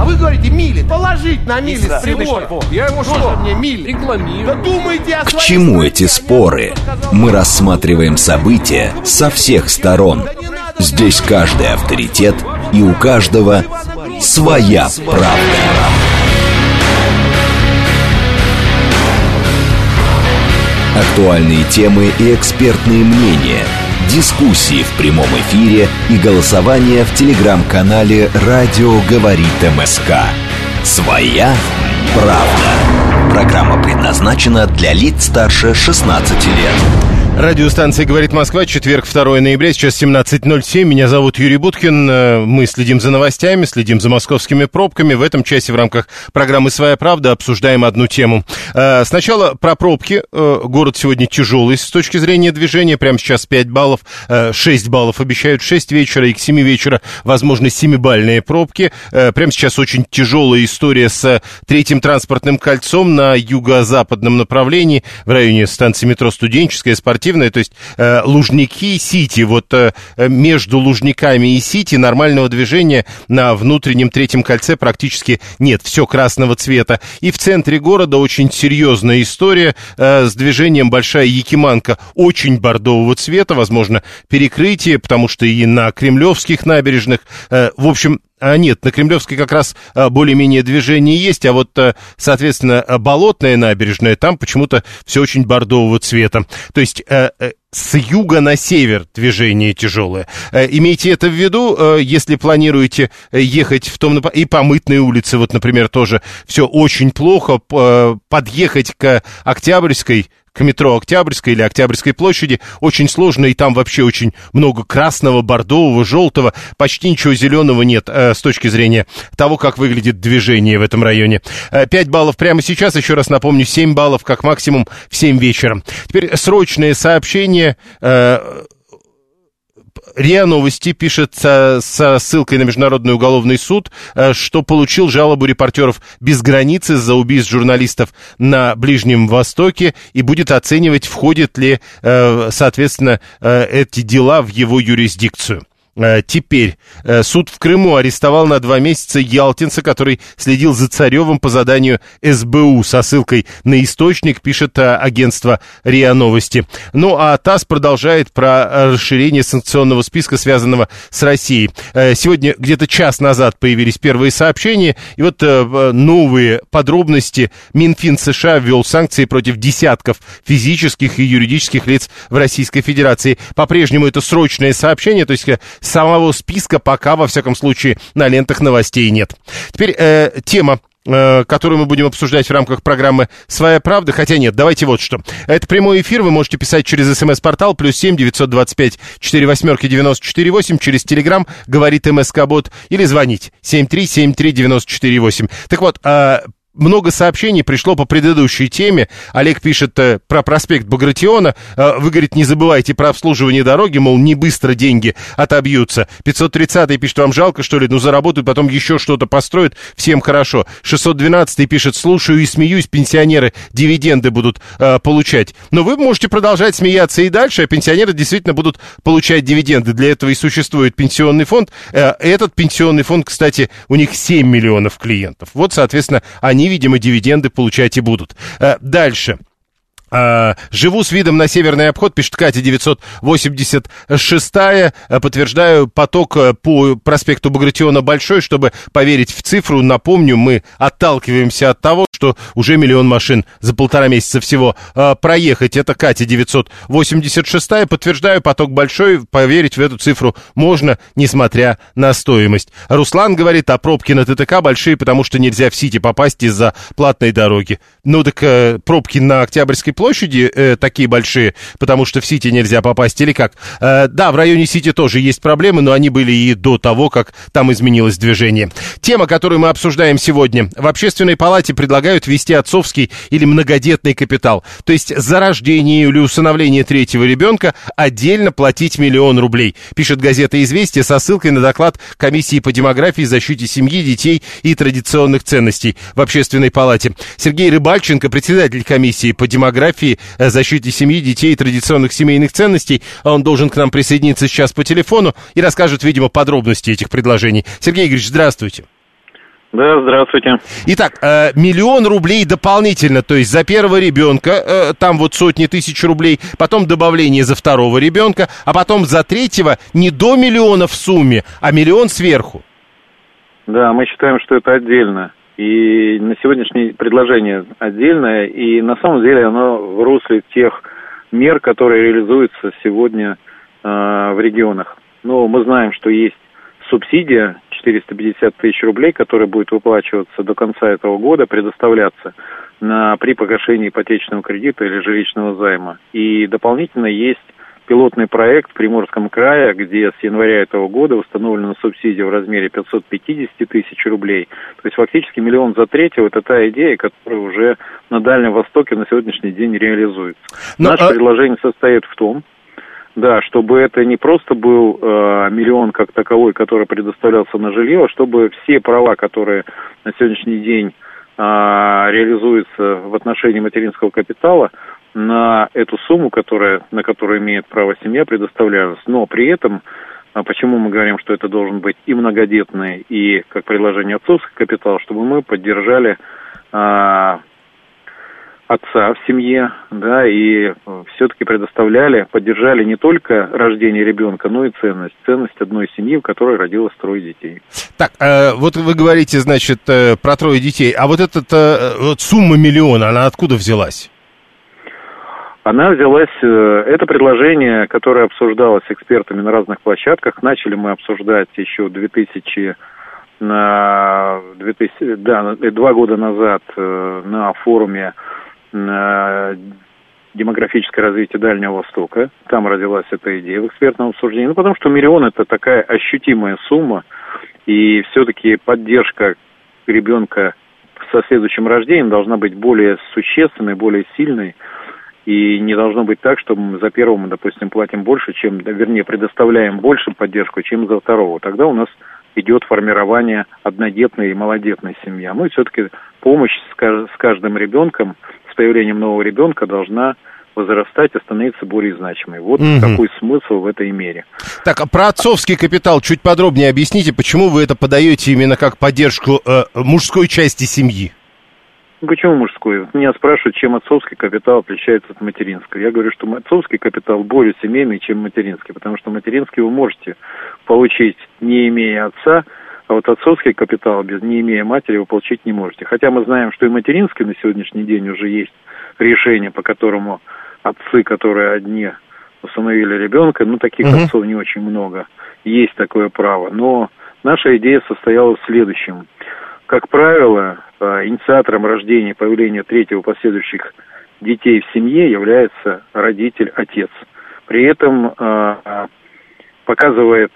вы говорите мили. Положить на мили с прибора. Я его что? Мне мили? Рекламирую. Да думайте о К своей чему стране, эти а споры? Мы рассматриваем события со всех сторон. Здесь каждый авторитет, и у каждого своя правда. Актуальные темы и экспертные мнения, дискуссии в прямом эфире и голосование в телеграм-канале «Радио говорит МСК». «Своя правда». Программа предназначена для лиц старше 16 лет. Радиостанция «Говорит Москва», четверг, 2 ноября, сейчас 17:07. Меня зовут Юрий Буткин. Мы следим за новостями, следим за московскими пробками. В этом часе в рамках программы «Своя правда» обсуждаем одну тему. Сначала про пробки. Город сегодня тяжелый с точки зрения движения. Прямо сейчас 5 баллов, 6 баллов обещают 6 вечера, и к 7 вечера, возможно, 7-бальные пробки. Прямо сейчас очень тяжелая история с третьим транспортным кольцом на юго-западном направлении, в районе станции метро «Студенческая», «Спортивная». То есть Лужники, Сити. Вот между Лужниками и Сити нормального движения на внутреннем третьем кольце практически нет. Все красного цвета. И в центре города очень серьезная история с движением. Большая Якиманка очень бордового цвета. Возможно, перекрытие, потому что и на Кремлевских набережных. В общем, нет, на Кремлевской как раз более-менее движение есть, а вот, соответственно, Болотная набережная, там почему-то все очень бордового цвета. То есть с юга на север движение тяжелое. Имейте это в виду, если планируете ехать в том направлении. И по Мытной улице, вот, например, тоже все очень плохо. Подъехать к Октябрьской, к метро Октябрьской или Октябрьской площади очень сложно, и там вообще очень много красного, бордового, желтого, почти ничего зеленого нет с точки зрения того, как выглядит движение в этом районе. 5 баллов прямо сейчас, еще раз напомню, 7 баллов как максимум в 7 вечера. Теперь срочное сообщение. РИА Новости пишет со ссылкой на Международный уголовный суд, что получил жалобу репортеров «Без границы» за убийств журналистов на Ближнем Востоке и будет оценивать, входят ли, соответственно, эти дела в его юрисдикцию. Теперь суд в Крыму арестовал на 2 месяца ялтинца, который следил за Царевым по заданию СБУ, со ссылкой на источник, пишет агентство РИА Новости. Ну, а ТАСС продолжает про расширение санкционного списка, связанного с Россией. Сегодня где-то час назад появились первые сообщения, и вот новые подробности. Минфин США ввел санкции против десятков физических и юридических лиц в Российской Федерации. По-прежнему это срочное сообщение, то есть самого списка пока, во всяком случае, на лентах новостей нет. Теперь тема, которую мы будем обсуждать в рамках программы «Своя правда». Хотя нет, давайте вот что. Это прямой эфир, вы можете писать через СМС-портал +7 925 48 94 8, через Телеграм «Говорит МСК-бот», или звонить 7373 94 8. Так вот, много сообщений пришло по предыдущей теме. Олег пишет про проспект Багратиона. Вы, говорит, не забывайте про обслуживание дороги, мол, не быстро деньги отобьются. 530-й пишет, вам жалко, что ли? Ну, заработают, потом еще что-то построят, всем хорошо. 612-й пишет, слушаю и смеюсь, пенсионеры дивиденды будут получать. Но вы можете продолжать смеяться и дальше, а пенсионеры действительно будут получать дивиденды. Для этого и существует пенсионный фонд. Этот пенсионный фонд, кстати, у них 7 миллионов клиентов. Вот, соответственно, они, видимо, дивиденды получать и будут. Дальше. Живу с видом на северный обход, пишет Катя 986-я. Подтверждаю, поток по проспекту Багратиона большой. Чтобы поверить в цифру, напомню, мы отталкиваемся от того, что уже 1 миллион машин за 1,5 месяца всего проехать. Это Катя 986-я. Подтверждаю, поток большой. Поверить в эту цифру можно, несмотря на стоимость. Руслан говорит, а пробки на ТТК большие, потому что нельзя в Сити попасть из-за платной дороги. Ну так пробки на Октябрьской площади такие большие, потому что в Сити нельзя попасть, или как? Да, в районе Сити тоже есть проблемы, но они были и до того, как там изменилось движение. Тема, которую мы обсуждаем сегодня. В Общественной палате предлагают ввести отцовский или многодетный капитал. То есть за рождение или усыновление 3-го ребенка отдельно платить 1 000 000 рублей. Пишет газета «Известия» со ссылкой на доклад Комиссии по демографии, защите семьи, детей и традиционных ценностей в Общественной палате. Сергей Рыбальченко, председатель комиссии по демографии, защите семьи, детей и традиционных семейных ценностей. Он должен к нам присоединиться сейчас по телефону и расскажет, видимо, подробности этих предложений. Сергей Игоревич, здравствуйте. Да, здравствуйте. Итак, 1 миллион рублей дополнительно, то есть за первого ребенка, там вот сотни тысяч рублей, потом добавление за второго ребенка, а потом за третьего не до 1 миллиона в сумме, а 1 миллион сверху. Да, мы считаем, что это отдельно. И на сегодняшнее предложение отдельное, и на самом деле оно в русле тех мер, которые реализуются сегодня в регионах. Но мы знаем, что есть субсидия 450 тысяч рублей, которая будет выплачиваться до конца этого года, предоставляться при погашении ипотечного кредита или жилищного займа. И дополнительно есть пилотный проект в Приморском крае, где с января этого года установлена субсидия в размере 550 тысяч рублей. То есть фактически 1 миллион за третьего – это та идея, которая уже на Дальнем Востоке на сегодняшний день реализуется. Наше предложение состоит в том, да, чтобы это не просто был миллион как таковой, который предоставлялся на жилье, а чтобы все права, которые на сегодняшний день реализуются в отношении материнского капитала, на эту сумму, на которую имеет право семья, предоставлялась. Но при этом, почему мы говорим, что это должен быть и многодетный, и как предложение отцовский капитал, чтобы мы поддержали отца в семье, да, и все-таки поддержали не только рождение ребенка, но и ценность одной семьи, в которой родилось 3 детей. Так, вот вы говорите, значит, про 3 детей, а вот эта сумма 1 миллиона, она откуда взялась? Она взялась, это предложение, которое обсуждалось экспертами на разных площадках. Начали мы обсуждать еще 2 года назад на форуме демографическое развитие Дальнего Востока. Там родилась эта идея в экспертном обсуждении. Потому что 1 миллион – это такая ощутимая сумма, и все-таки поддержка ребенка со следующим рождением должна быть более существенной, более сильной. И не должно быть так, что мы за первого, мы, допустим, платим больше, предоставляем больше поддержку, чем за второго. Тогда у нас идет формирование однодетной и малодетной семьи. Ну и все-таки помощь с каждым ребенком, с появлением нового ребенка должна возрастать и становиться более значимой. Вот какой смысл в этой мере. Так, а про отцовский капитал чуть подробнее объясните, почему вы это подаете именно как поддержку мужской части семьи? Почему мужской? Меня спрашивают, чем отцовский капитал отличается от материнского. Я говорю, что отцовский капитал более семейный, чем материнский, потому что материнский вы можете получить, не имея отца, а вот отцовский капитал, не имея матери, вы получить не можете. Хотя мы знаем, что и материнский на сегодняшний день уже есть решение, по которому отцы, которые одни усыновили ребенка, таких отцов не очень много, есть такое право. Но наша идея состояла в следующем. Как правило, инициатором рождения и появления третьего последующих детей в семье является родитель, отец. При этом показывает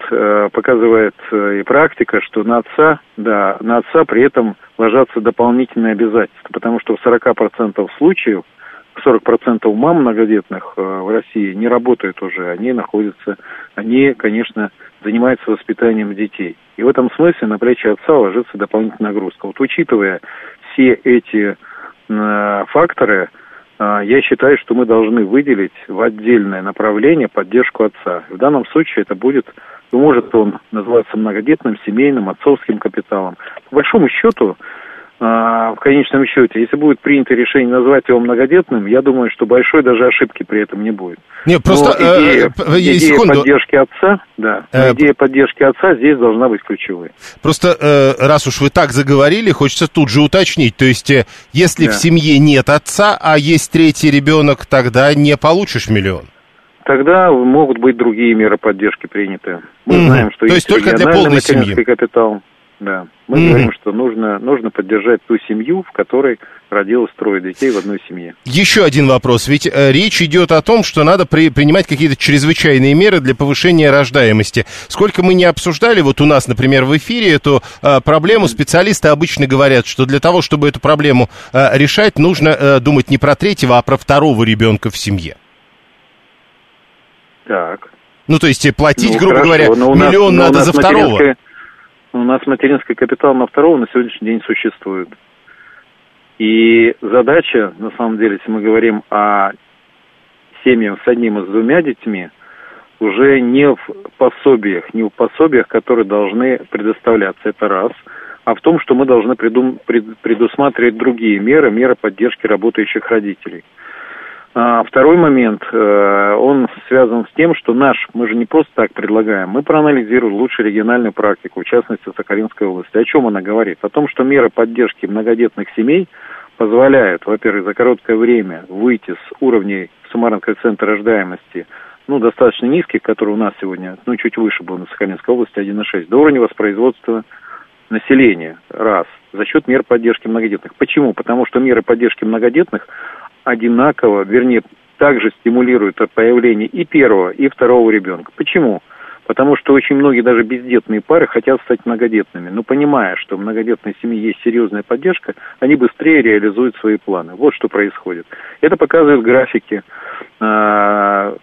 и практика, что на отца при этом ложатся дополнительные обязательства, потому что в 40% случаев, 40% мам многодетных в России не работают уже, они, конечно, занимаются воспитанием детей. И в этом смысле на плечи отца ложится дополнительная нагрузка. Вот учитывая все эти факторы, я считаю, что мы должны выделить в отдельное направление поддержку отца. В данном случае это может он называться многодетным, семейным, отцовским капиталом. По большому счету, в конечном счете, если будет принято решение назвать его многодетным, я думаю, что большой даже ошибки при этом не будет. Нет, просто идея поддержки отца, идея поддержки отца здесь должна быть ключевой. Просто раз уж вы так заговорили, хочется тут же уточнить. То есть, если в семье нет отца, а есть третий ребенок, тогда не получишь 1 миллион. Тогда могут быть другие меры поддержки приняты. Мы знаем, что есть только для полной материнский капитал. Да, мы говорим, что нужно поддержать ту семью, в которой родилось 3 детей в одной семье. Еще один вопрос. Ведь речь идет о том, что надо принимать какие-то чрезвычайные меры для повышения рождаемости. Сколько мы не обсуждали, вот у нас, например, в эфире эту проблему, специалисты обычно говорят, что для того, чтобы эту проблему решать, нужно думать не про третьего, а про второго ребенка в семье. Так. То есть платить, грубо говоря, 1 миллион надо за второго. У нас материнский капитал на второго на сегодняшний день существует. И задача, на самом деле, если мы говорим о семьях с 1 и с 2 детьми, уже не в пособиях, которые должны предоставляться, это раз. а в том, что мы должны предусматривать другие меры поддержки работающих родителей. Второй момент, он связан с тем, что мы же не просто так предлагаем, мы проанализировали лучшую региональную практику, в частности, Сахалинской области. О чем она говорит? О том, что меры поддержки многодетных семей позволяют, во-первых, за короткое время выйти с уровней суммарного коэффициента рождаемости, достаточно низких, которые у нас сегодня, чуть выше был на Сахалинской области, 1,6, до уровня воспроизводства населения, раз, за счет мер поддержки многодетных. Почему? Потому что меры поддержки многодетных одинаково, также стимулируют появление и первого, и второго ребенка. Почему? Потому что очень многие даже бездетные пары хотят стать многодетными, но понимая, что в многодетной семье есть серьезная поддержка, они быстрее реализуют свои планы. Вот что происходит. Это показывают графики. В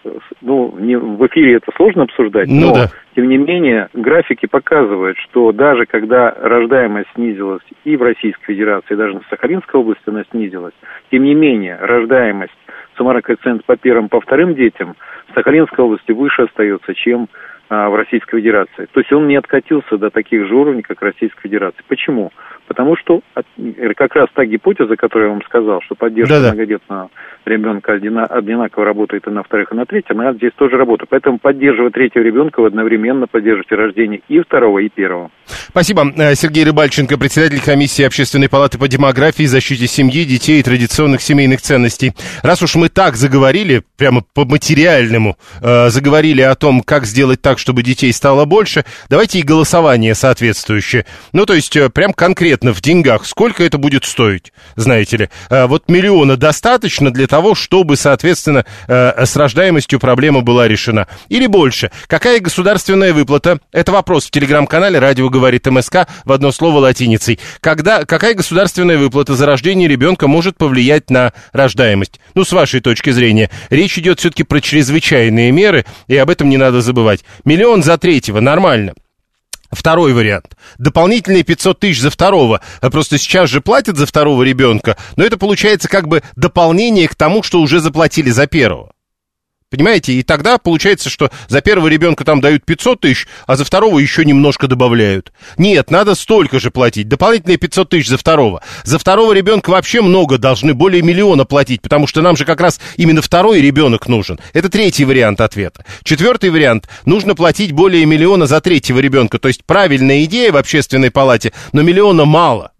эфире это сложно обсуждать, но, тем не менее, графики показывают, что даже когда рождаемость снизилась и в Российской Федерации, и даже на Сахалинской области она снизилась, тем не менее, рождаемость, суммарный коэффициент по первым, по вторым детям в Сахалинской области выше остается, чем в Российской Федерации. То есть он не откатился до таких же уровней, как Российской Федерации. Почему? Потому что как раз та гипотеза, которую я вам сказал, что поддержка многодетного ребенка одинаково работает и на вторых, и на третьем, она здесь тоже работает. Поэтому поддерживая третьего ребенка, вы одновременно поддерживаете рождение и второго, и первого. Спасибо. Сергей Рыбальченко, председатель комиссии Общественной палаты по демографии, защите семьи, детей и традиционных семейных ценностей. Раз уж мы так заговорили, прямо по-материальному, заговорили о том, как сделать так, чтобы детей стало больше, давайте и голосование соответствующее. То есть прям конкретно в деньгах, сколько это будет стоить, знаете ли. Вот 1 миллиона достаточно для того, чтобы, соответственно, с рождаемостью проблема была решена. Или больше. Какая государственная выплата? Это вопрос в телеграм-канале «Радио говорит МСК» в одно слово латиницей. Какая государственная выплата за рождение ребенка может повлиять на рождаемость? С вашей точки зрения. Речь идет все-таки про чрезвычайные меры, и об этом не надо забывать. 1 миллион за третьего, нормально. Второй вариант. Дополнительные 500 тысяч за второго. Просто сейчас же платят за второго ребенка, но это получается как бы дополнение к тому, что уже заплатили за первого. Понимаете? И тогда получается, что за первого ребенка там дают 500 тысяч, а за второго еще немножко добавляют. Нет, надо столько же платить. Дополнительные 500 тысяч за второго. За второго ребенка вообще много должны, более 1 миллиона платить, потому что нам же как раз именно второй ребенок нужен. Это третий вариант ответа. Четвертый вариант. Нужно платить более 1 миллиона за третьего ребенка. То есть правильная идея в общественной палате, но 1 миллиона мало.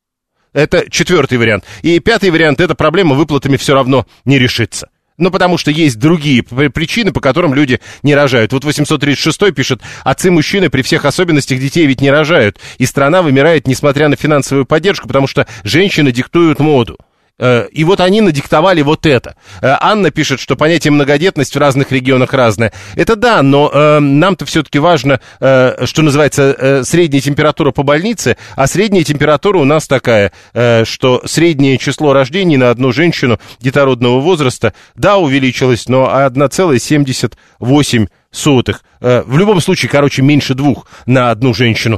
Это четвертый вариант. И пятый вариант, эта проблема выплатами все равно не решится. Потому что есть другие причины, по которым люди не рожают. Вот 836-й пишет: отцы-мужчины при всех особенностях детей ведь не рожают. И страна вымирает, несмотря на финансовую поддержку, потому что женщины диктуют моду. И вот они надиктовали вот это. Анна пишет, что понятие многодетность в разных регионах разное. Это да, но нам-то все-таки важно, что называется, средняя температура по больнице, а средняя температура у нас такая, что среднее число рождений на одну женщину детородного возраста, да, увеличилось, но 1,78. В любом случае, меньше 2 на одну женщину.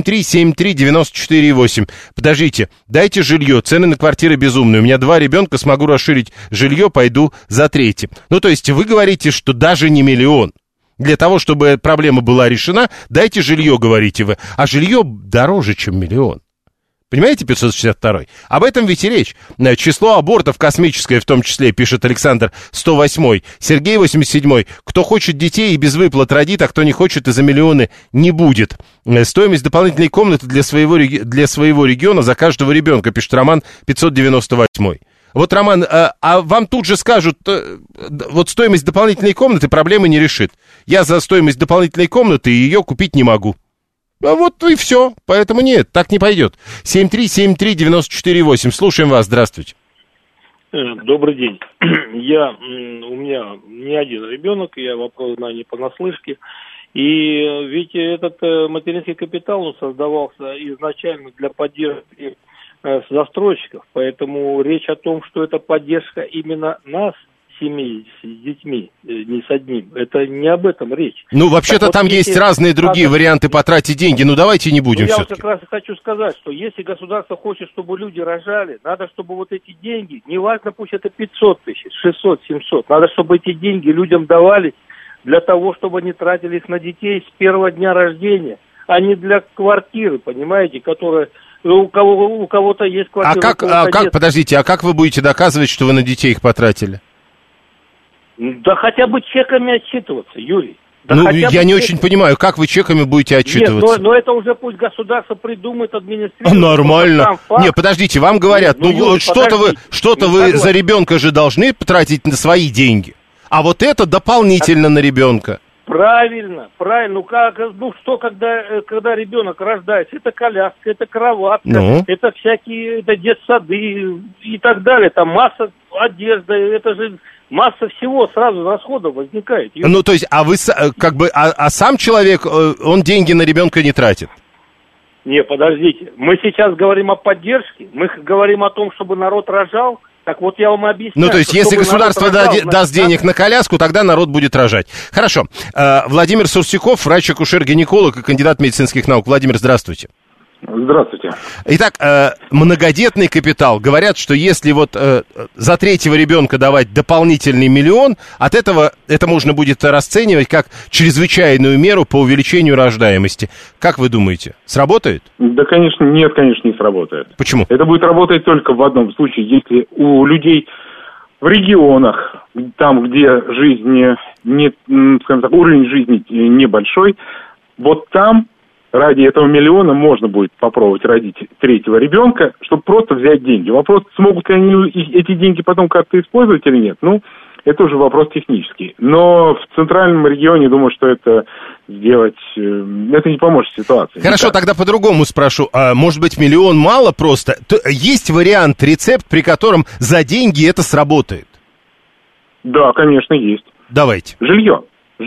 7373948. Подождите, дайте жилье, цены на квартиры безумные. У меня 2 ребенка, смогу расширить жилье, пойду за 3-м. То есть вы говорите, что даже не 1 миллион. Для того, чтобы проблема была решена, дайте жилье, говорите вы. А жилье дороже, чем 1 миллион. Понимаете, 562-й? Об этом ведь и речь. Число абортов космическое в том числе, пишет Александр 108-й. Сергей 87-й. Кто хочет детей и без выплат родит, а кто не хочет и за миллионы не будет. Стоимость дополнительной комнаты для своего региона за каждого ребенка, пишет Роман 598-й. Вот, Роман, а вам тут же скажут, вот стоимость дополнительной комнаты проблемы не решит. Я за стоимость дополнительной комнаты ее купить не могу. Вот и все. Поэтому нет, так не пойдет. 7373948. Слушаем вас. Здравствуйте. Добрый день. У меня не один ребенок, я вопрос знаю не понаслышке. И ведь этот материнский капитал создавался изначально для поддержки застройщиков. Поэтому речь о том, что это поддержка именно нас, семей с детьми, не с одним. Это не об этом речь. Вообще-то вот там есть разные другие варианты потратить деньги. Давайте не будем все-таки. Я вот как раз хочу сказать, что если государство хочет, чтобы люди рожали, надо, чтобы вот эти деньги, неважно, пусть это 500 тысяч, 600, 700, надо, чтобы эти деньги людям давались для того, чтобы они тратили их на детей с первого дня рождения. а не для квартиры, понимаете, которая... У кого-то есть квартира. Подождите, а как вы будете доказывать, что вы на детей их потратили? Да хотя бы чеками отчитываться, Юрий. Да я не очень понимаю, как вы чеками будете отчитываться? Нет, но это уже пусть государство придумает, администрирует. Нормально. Нет, подождите, вам говорят, Юрий, что-то вы за ребенка же должны потратить на свои деньги, а вот это дополнительно на ребенка. Правильно. Когда ребенок рождается, это коляска, это кроватка, это всякие, это детсады и так далее, там масса одежды, это же масса всего сразу расходов возникает. Ну, то есть, а вы сам человек, он деньги на ребенка не тратит? Не, подождите, мы сейчас говорим о поддержке, мы говорим о том, чтобы народ рожал. Так вот я вам объясняю. Ну, то есть, если государство даст денег на коляску, тогда народ будет рожать. Хорошо. Владимир Сурсяков, врач-акушер-гинеколог и кандидат медицинских наук. Владимир, здравствуйте. Здравствуйте. Итак, многодетный капитал. Говорят, что если вот за третьего ребенка давать дополнительный 1 миллион, от этого это можно будет расценивать как чрезвычайную меру по увеличению рождаемости. Как вы думаете, сработает? Да, конечно, нет, конечно, не сработает. Почему? Это будет работать только в одном случае, если у людей в регионах, там, где жизнь скажем так, уровень жизни небольшой, вот там ради этого 1 миллиона можно будет попробовать родить третьего ребенка, чтобы просто взять деньги. Вопрос, смогут ли они эти деньги потом как-то использовать или нет, это уже вопрос технический. Но в центральном регионе, думаю, что это сделать, это не поможет ситуации. Хорошо, никак. Тогда по-другому спрошу. Может быть, 1 миллион мало просто? Есть вариант, рецепт, при котором за деньги это сработает? Да, конечно, есть. Давайте. Жилье.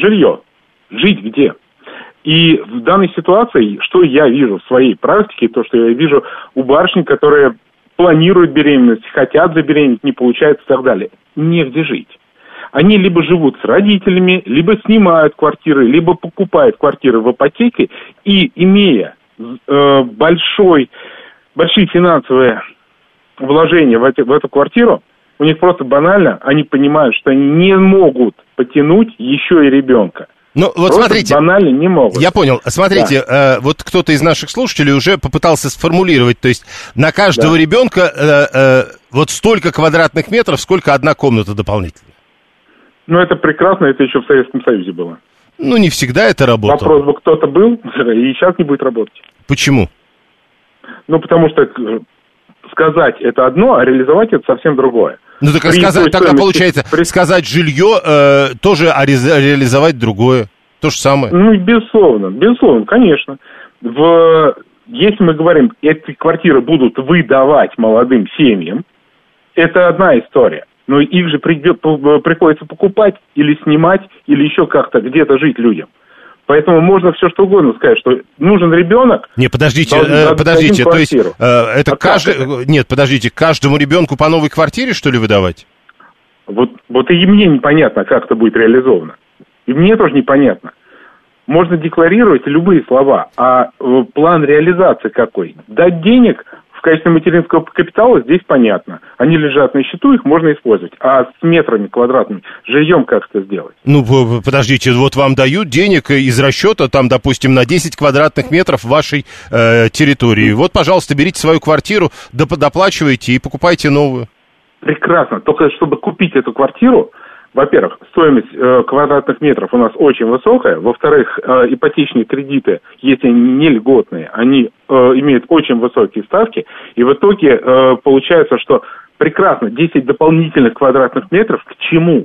Жить где? И в данной ситуации, что я вижу в своей практике, то, что я вижу у барышни, которые планируют беременность, хотят забеременеть, не получается и так далее. Негде жить. Они либо живут с родителями, либо снимают квартиры, либо покупают квартиры в ипотеке, и, имея большие финансовые вложения в эту квартиру, у них просто банально, они понимают, что они не могут потянуть еще и ребенка. Ну, вот просто смотрите, банально не могут. Я понял. Смотрите, вот кто-то из наших слушателей уже попытался сформулировать, то есть на каждого ребенка вот столько квадратных метров, сколько одна комната дополнительная. Ну, это прекрасно, это еще в Советском Союзе было. Ну, не всегда это работало. Вопрос бы кто-то был, и сейчас не будет работать. Почему? Ну, потому что сказать это одно, а реализовать это совсем другое. Ну, так тогда получается, сказать жилье тоже, а реализовать другое. То же самое. Ну, безусловно, конечно. Если мы говорим, эти квартиры будут выдавать молодым семьям, это одна история. Но их же приходится покупать или снимать, или еще как-то где-то жить людям. Поэтому можно все что угодно сказать, что нужен ребенок. Не, подождите, то есть это каждому ребенку по новой квартире, что ли, выдавать? Вот и мне непонятно, как это будет реализовано. И мне тоже непонятно. Можно декларировать любые слова, а план реализации какой? Дать денег в качестве материнского капитала здесь понятно. Они лежат на счету, их можно использовать. А с метрами квадратными, жильем как это сделать? Ну, подождите, вот вам дают денег из расчета, там, допустим, на 10 квадратных метров вашей территории. Вот, пожалуйста, берите свою квартиру, доплачивайте и покупайте новую. Прекрасно. Только чтобы купить эту квартиру, во-первых, стоимость квадратных метров у нас очень высокая. Во-вторых, ипотечные кредиты, если они не льготные, они имеют очень высокие ставки. И в итоге получается, что прекрасно, 10 дополнительных квадратных метров к чему?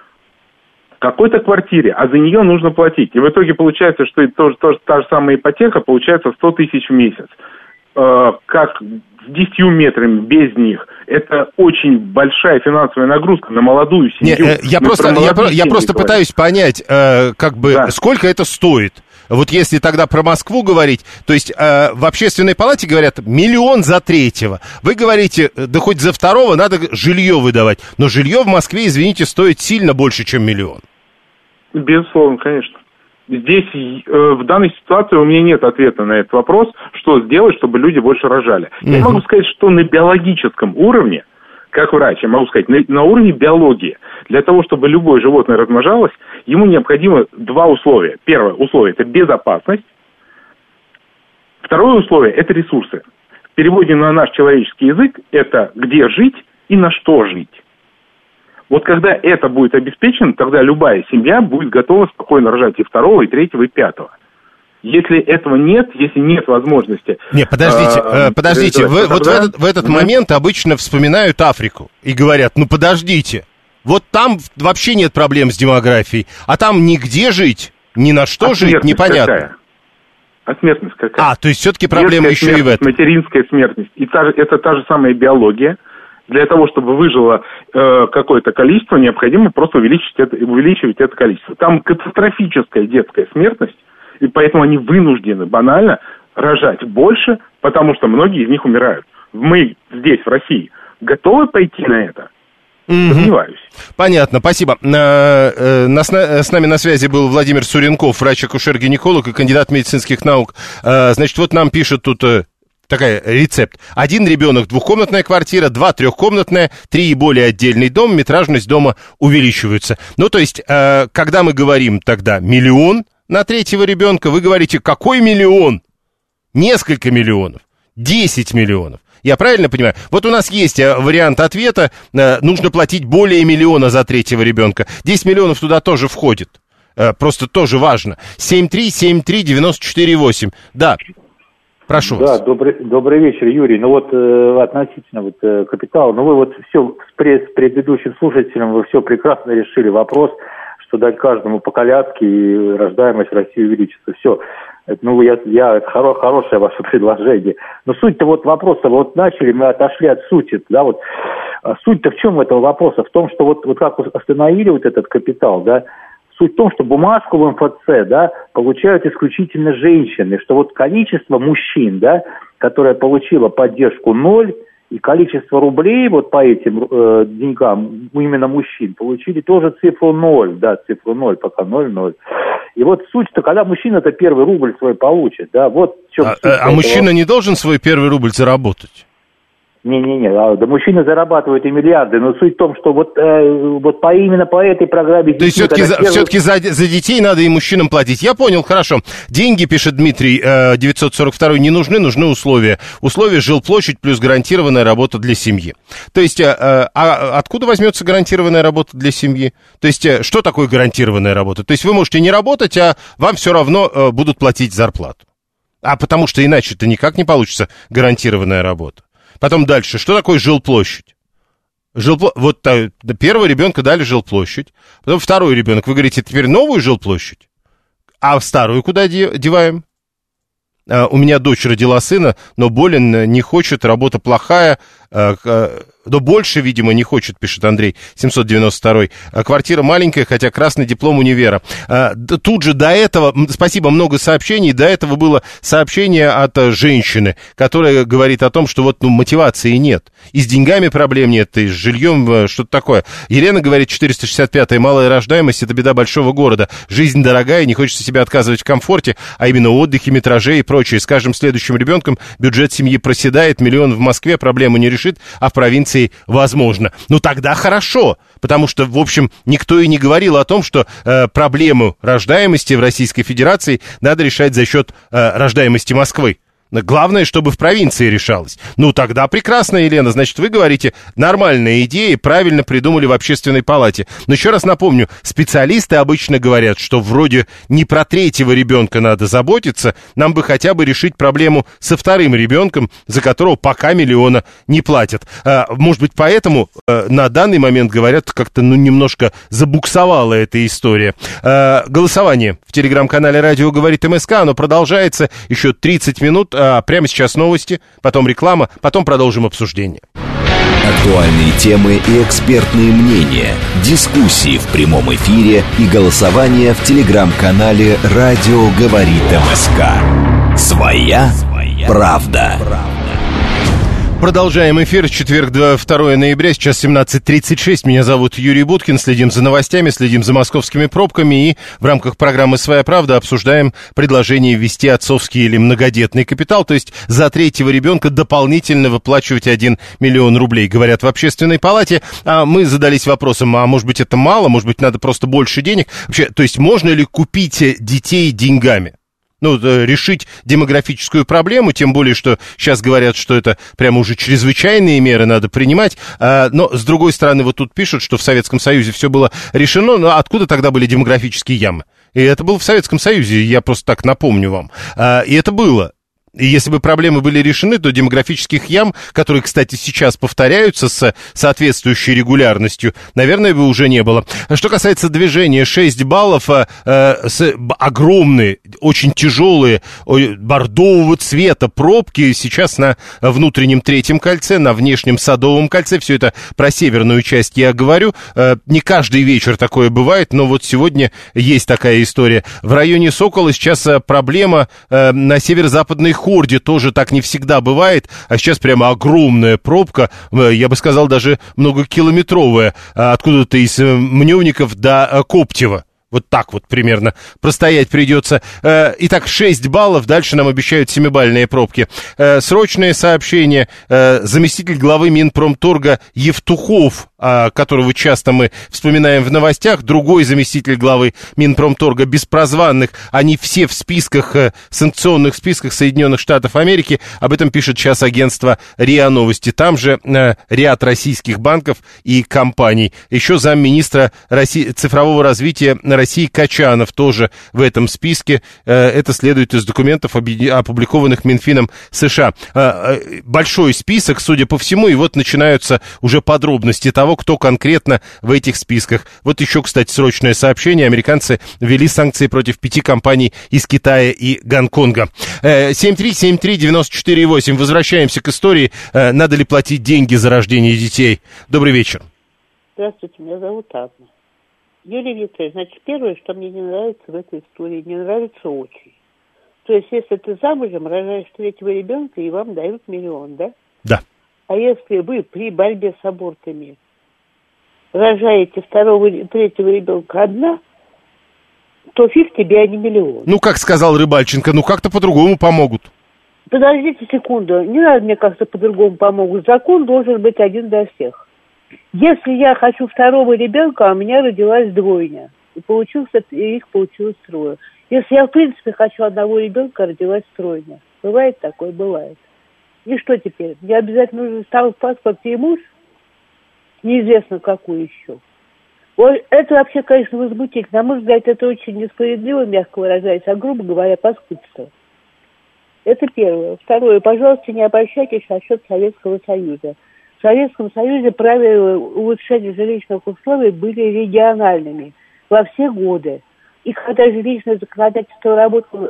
К какой-то квартире, а за нее нужно платить. И в итоге получается, что та же самая ипотека получается 100 тысяч в месяц. Как с 10 метрами без них. Это очень большая финансовая нагрузка на молодую семью. Я просто пытаюсь понять, сколько это стоит. Вот если тогда про Москву говорить, то есть в общественной палате говорят 1 миллион за третьего. Вы говорите, да хоть за второго надо жилье выдавать. Но жилье в Москве, извините, стоит сильно больше, чем 1 миллион. Безусловно, конечно. Здесь, в данной ситуации у меня нет ответа на этот вопрос, что сделать, чтобы люди больше рожали. Я могу сказать, что на биологическом уровне, как врач, я могу сказать, на уровне биологии, для того, чтобы любое животное размножалось, ему необходимо 2 условия. Первое условие – это безопасность. Второе условие – это ресурсы. В переводе на наш человеческий язык – это где жить и на что жить. Вот когда это будет обеспечено, тогда любая семья будет готова спокойно рожать и второго, и третьего, и пятого. Если этого нет, если нет возможности... Нет, подождите. В этот момент обычно вспоминают Африку и говорят, ну подождите, вот там вообще нет проблем с демографией, а там нигде жить, ни на что жить, непонятно. Какая? А смертность какая? То есть все-таки проблема еще и в этом. Материнская смертность. И это та же самая биология. Для того, чтобы выжило какое-то количество, необходимо просто увеличивать это количество. Там катастрофическая детская смертность, и поэтому они вынуждены банально рожать больше, потому что многие из них умирают. Мы здесь, в России, готовы пойти на это? Сомневаюсь. Понятно, спасибо. С нами на связи был Владимир Суренков, врач-акушер-гинеколог и кандидат медицинских наук. Значит, вот нам пишут тут... Такая рецепт. 1 ребенок, 2-комнатная квартира, 2 3-комнатная, 3 и более отдельный дом, метражность дома увеличивается. Ну, то есть, когда мы говорим тогда 1 миллион на 3-го ребенка, вы говорите, какой миллион? Несколько миллионов, 10 миллионов. Я правильно понимаю? Вот у нас есть вариант ответа, нужно платить более 1 миллиона за 3-го ребенка. 10 миллионов туда тоже входит, просто тоже важно. 7373948, да. Прошу вас. Да, добрый вечер, Юрий. Ну вот относительно капитала, вы вот все с предыдущим слушателем вы все прекрасно решили вопрос, что дать каждому по коляске и рождаемость в России увеличится. Все. Это хорошее ваше предложение. Но суть-то вопроса, начали, мы отошли от сути, да, суть-то в чем этого вопроса? В том, что вот как остановили этот капитал, да, суть в том, что бумажку в МФЦ, да, получают исключительно женщины, что количество мужчин, да, которое получило поддержку 0, и количество рублей по этим деньгам, именно мужчин, получили тоже цифру 0, да, цифру 0, пока 0,0. И суть-то, когда мужчина-то первый рубль свой получит, да, А мужчина не должен свой первый рубль заработать? Не-не-не, да мужчины зарабатывают и миллиарды, но суть в том, что именно по этой программе... То есть все-таки за детей надо и мужчинам платить. Я понял, хорошо. Деньги, пишет Дмитрий 942, не нужны, нужны условия. Условия жилплощадь плюс гарантированная работа для семьи. То есть, откуда возьмется гарантированная работа для семьи? То есть, что такое гарантированная работа? То есть, вы можете не работать, а вам все равно будут платить зарплату. Потому что иначе-то никак не получится гарантированная работа. Потом дальше. Что такое жилплощадь? Первого ребенка дали жилплощадь. Потом второй ребенок. Вы говорите, теперь новую жилплощадь? А старую куда деваем? У меня дочь родила сына, но болен, не хочет, работа плохая. Но больше, видимо, не хочет, пишет Андрей 792. Квартира маленькая, хотя красный диплом универа. Тут же до этого, спасибо, много сообщений. До этого было сообщение от женщины, которая говорит о том, что мотивации нет. И с деньгами проблем нет, и с жильем что-то такое. Елена говорит, 465-я, малая рождаемость — это беда большого города. Жизнь дорогая, не хочется себе отказывать в комфорте, а именно отдыхе, метраже и прочее. С каждым следующим ребенком бюджет семьи проседает, 1 миллион в Москве проблему не решит, а в провинции возможно. Тогда хорошо, потому что, в общем, никто и не говорил о том, что проблему рождаемости в Российской Федерации надо решать за счет рождаемости Москвы. Главное, чтобы в провинции решалось. Тогда прекрасно, Елена. Значит, вы говорите, нормальная идея, правильно придумали в Общественной палате. Но еще раз напомню, специалисты обычно говорят, что вроде не про 3-го ребенка надо заботиться, нам бы хотя бы решить проблему со 2-м ребенком, за которого пока 1 миллиона не платят. Может быть, поэтому на данный момент, говорят, как-то немножко забуксовала эта история. Голосование в телеграм-канале «Радио говорит МСК», оно продолжается еще 30 минут. Прямо сейчас новости, потом реклама, потом продолжим обсуждение. Актуальные темы и экспертные мнения, дискуссии в прямом эфире и голосование в телеграм-канале «Радио говорит МСК». Своя правда. Продолжаем эфир. Четверг, 2 ноября, сейчас 17:36. Меня зовут Юрий Буткин. Следим за новостями, следим за московскими пробками и в рамках программы «Своя правда» обсуждаем предложение ввести отцовский или многодетный капитал, то есть за 3-го ребенка дополнительно выплачивать 1 миллион рублей, говорят в Общественной палате. А мы задались вопросом, может быть, это мало, может быть, надо просто больше денег? Вообще, то есть можно ли купить детей деньгами? решить демографическую проблему, тем более, что сейчас говорят, что это прямо уже чрезвычайные меры надо принимать. Но, с другой стороны, вот тут пишут, что в Советском Союзе все было решено, но откуда тогда были демографические ямы? И это было в Советском Союзе, я просто так напомню вам. И это было. И если бы проблемы были решены, то демографических ям, которые, кстати, сейчас повторяются с соответствующей регулярностью, наверное, бы уже не было. Что касается движения, 6 баллов, огромные, очень тяжелые, бордового цвета пробки сейчас на внутреннем третьем кольце, на внешнем Садовом кольце. Все это про северную часть я говорю. Не каждый вечер такое бывает, но вот сегодня есть такая история. В районе Сокола сейчас проблема на северо-западной Хорде тоже так не всегда бывает, а сейчас прямо огромная пробка, я бы сказал, даже многокилометровая, откуда-то из Мневников до Коптева. Вот так вот примерно простоять придется. Итак, 6 баллов. Дальше нам обещают 7-бальные пробки. Срочное сообщение. Заместитель главы Минпромторга Евтухов, которого часто мы вспоминаем в новостях, другой заместитель главы Минпромторга Беспрозванных, они все в списках, санкционных списках Соединенных Штатов Америки. Об этом пишет сейчас агентство РИА Новости. Там же ряд российских банков и компаний. Еще замминистра цифрового развития России Качанов тоже в этом списке. Это следует из документов, опубликованных Минфином США. Большой список, судя по всему, и вот начинаются уже подробности того, кто конкретно в этих списках. Вот еще, кстати, срочное сообщение. Американцы ввели санкции против 5 компаний из Китая и Гонконга. 7373948. Возвращаемся к истории. Надо ли платить деньги за рождение детей? Добрый вечер. Здравствуйте, меня зовут Анна. Юрий Викторович, значит, первое, что мне не нравится в этой истории, не нравится очень. То есть, если ты замужем, рожаешь 3-го ребенка, и вам дают 1 миллион, да? Да. А если вы при борьбе с абортами рожаете 2-го, 3-го ребенка одна, то фиг тебе, а не 1 миллион. Ну, как сказал Рыбальченко, как-то по-другому помогут. Подождите секунду, не надо мне как-то по-другому помогут. Закон должен быть один для всех. Если я хочу 2-го ребенка, а у меня родилась двойня, и их получилось 3. Если я, в принципе, хочу 1 ребенка, а родилась тройня. Бывает такое? Бывает. И что теперь? Мне обязательно нужен старый паспорт и муж? Неизвестно, какой еще. Вот это вообще, конечно, возмутительно. На мой взгляд, это очень несправедливо, мягко выражаясь, а, грубо говоря, паскудство. Это первое. Второе. Пожалуйста, не обращайтесь насчет Советского Союза. В Советском Союзе правила улучшения жилищных условий были региональными во все годы. И когда жилищное законодательство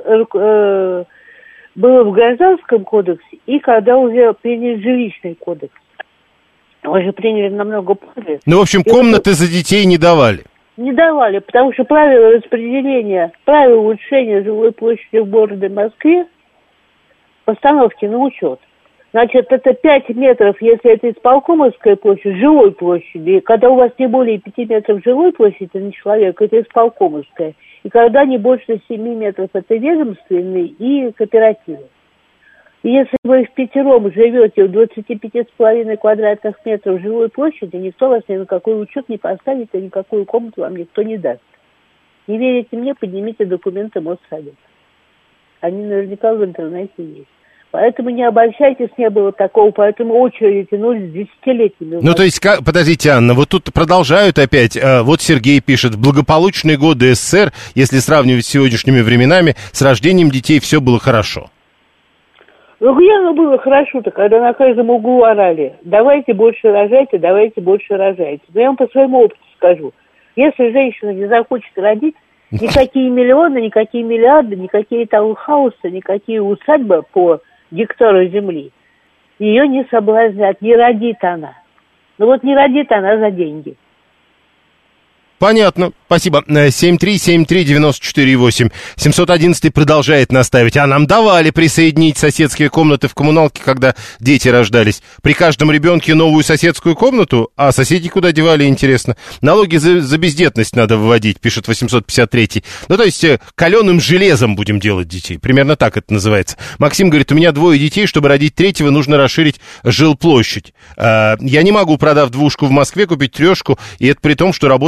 было в Гражданском кодексе, и когда уже приняли жилищный кодекс. Уже приняли намного позже. Ну, в общем, комнаты за детей не давали. Не давали, потому что правила распределения, правила улучшения жилой площади в городе Москве, постановки на учет. Значит, это 5 метров, если это исполкомовская площадь, жилой площади. Когда у вас не более 5 метров жилой площади на человека, это исполкомовская. И когда не больше 7 метров, это ведомственный и кооперативы. И если вы впятером живете в 25,5 квадратных метров жилой площади, никто вас ни на какой учет не поставит, и никакую комнату вам никто не даст. Не верите мне, поднимите документы Моссовета. Они наверняка в интернете есть. Поэтому не обольщайтесь, не было такого, поэтому очереди тянулись десятилетиями. Ну, то есть, подождите, Анна, вот тут продолжают опять, вот Сергей пишет, в благополучные годы СССР, если сравнивать с сегодняшними временами, с рождением детей все было хорошо. Ну, где оно было хорошо-то, когда на каждом углу орали? Давайте больше рожайте, давайте больше рожайте. Но я вам по своему опыту скажу. Если женщина не захочет родить, никакие миллионы, никакие миллиарды, никакие таунхаусы, никакие усадьбы по гектару земли ее не соблазнят, не родит она. Ну вот не родит она за деньги. Понятно, спасибо. 7373948. 711 продолжает наставить. А нам давали присоединить соседские комнаты в коммуналке, когда дети рождались. При каждом ребенке новую соседскую комнату? А соседи куда девали, интересно? Налоги за бездетность надо выводить, пишет 853. Ну, то есть, каленым железом будем делать детей. Примерно так это называется. Максим говорит, у меня 2 детей, чтобы родить 3-го, нужно расширить жилплощадь. Я не могу, продав 2 в Москве, купить 3, и это при том, что работаем вдвоем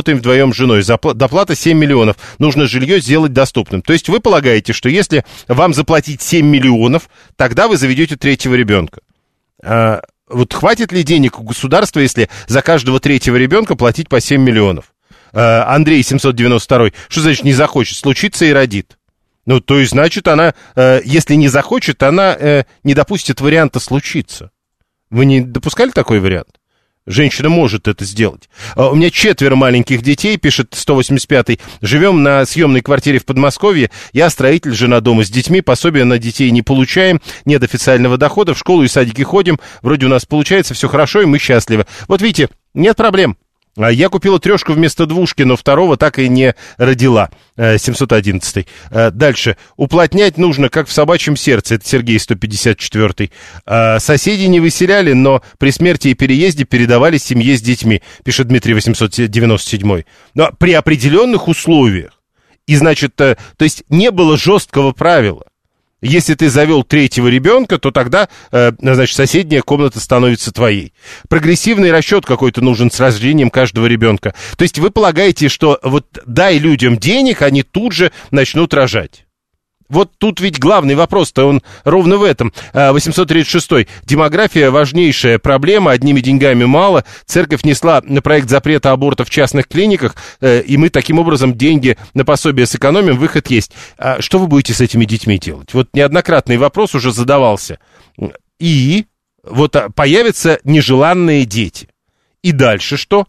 вдвоем с женой. Доплата 7 миллионов. Нужно жилье сделать доступным. То есть вы полагаете, что если вам заплатить 7 миллионов, тогда вы заведете третьего ребенка. Вот хватит ли денег у государства, если за каждого третьего ребенка платить по 7 миллионов? Андрей 792. Что значит не захочет? Случится и родит. Ну, то есть, значит, она, если не захочет, она не допустит варианта случиться. Вы не допускали такой вариант? Женщина может это сделать. У меня 4 маленьких детей, пишет 185-й. Живем на съемной квартире в Подмосковье. Я строитель, жена дома с детьми. Пособия на детей не получаем. Нет официального дохода. В школу и садики ходим. Вроде у нас получается все хорошо, и мы счастливы. Вот видите, нет проблем. Я купила 3 вместо 2, но 2 так и не родила. 711. Дальше. Уплотнять нужно, как в собачьем сердце. Это Сергей 154. Соседи не выселяли, но при смерти и переезде передавали семье с детьми, пишет Дмитрий 897. Но при определенных условиях. И, значит, то есть не было жесткого правила. Если ты завел 3-го ребенка, то тогда, значит, соседняя комната становится твоей. Прогрессивный расчет какой-то нужен с рождением каждого ребенка. То есть вы полагаете, что вот дай людям денег, они тут же начнут рожать. Вот тут ведь главный вопрос-то, он ровно в этом. 836-й. Демография – важнейшая проблема, одними деньгами мало. Церковь несла на проект запрета аборта в частных клиниках, и мы таким образом деньги на пособие сэкономим, выход есть. Что вы будете с этими детьми делать? Вот неоднократный вопрос уже задавался. И вот появятся нежеланные дети. И дальше что?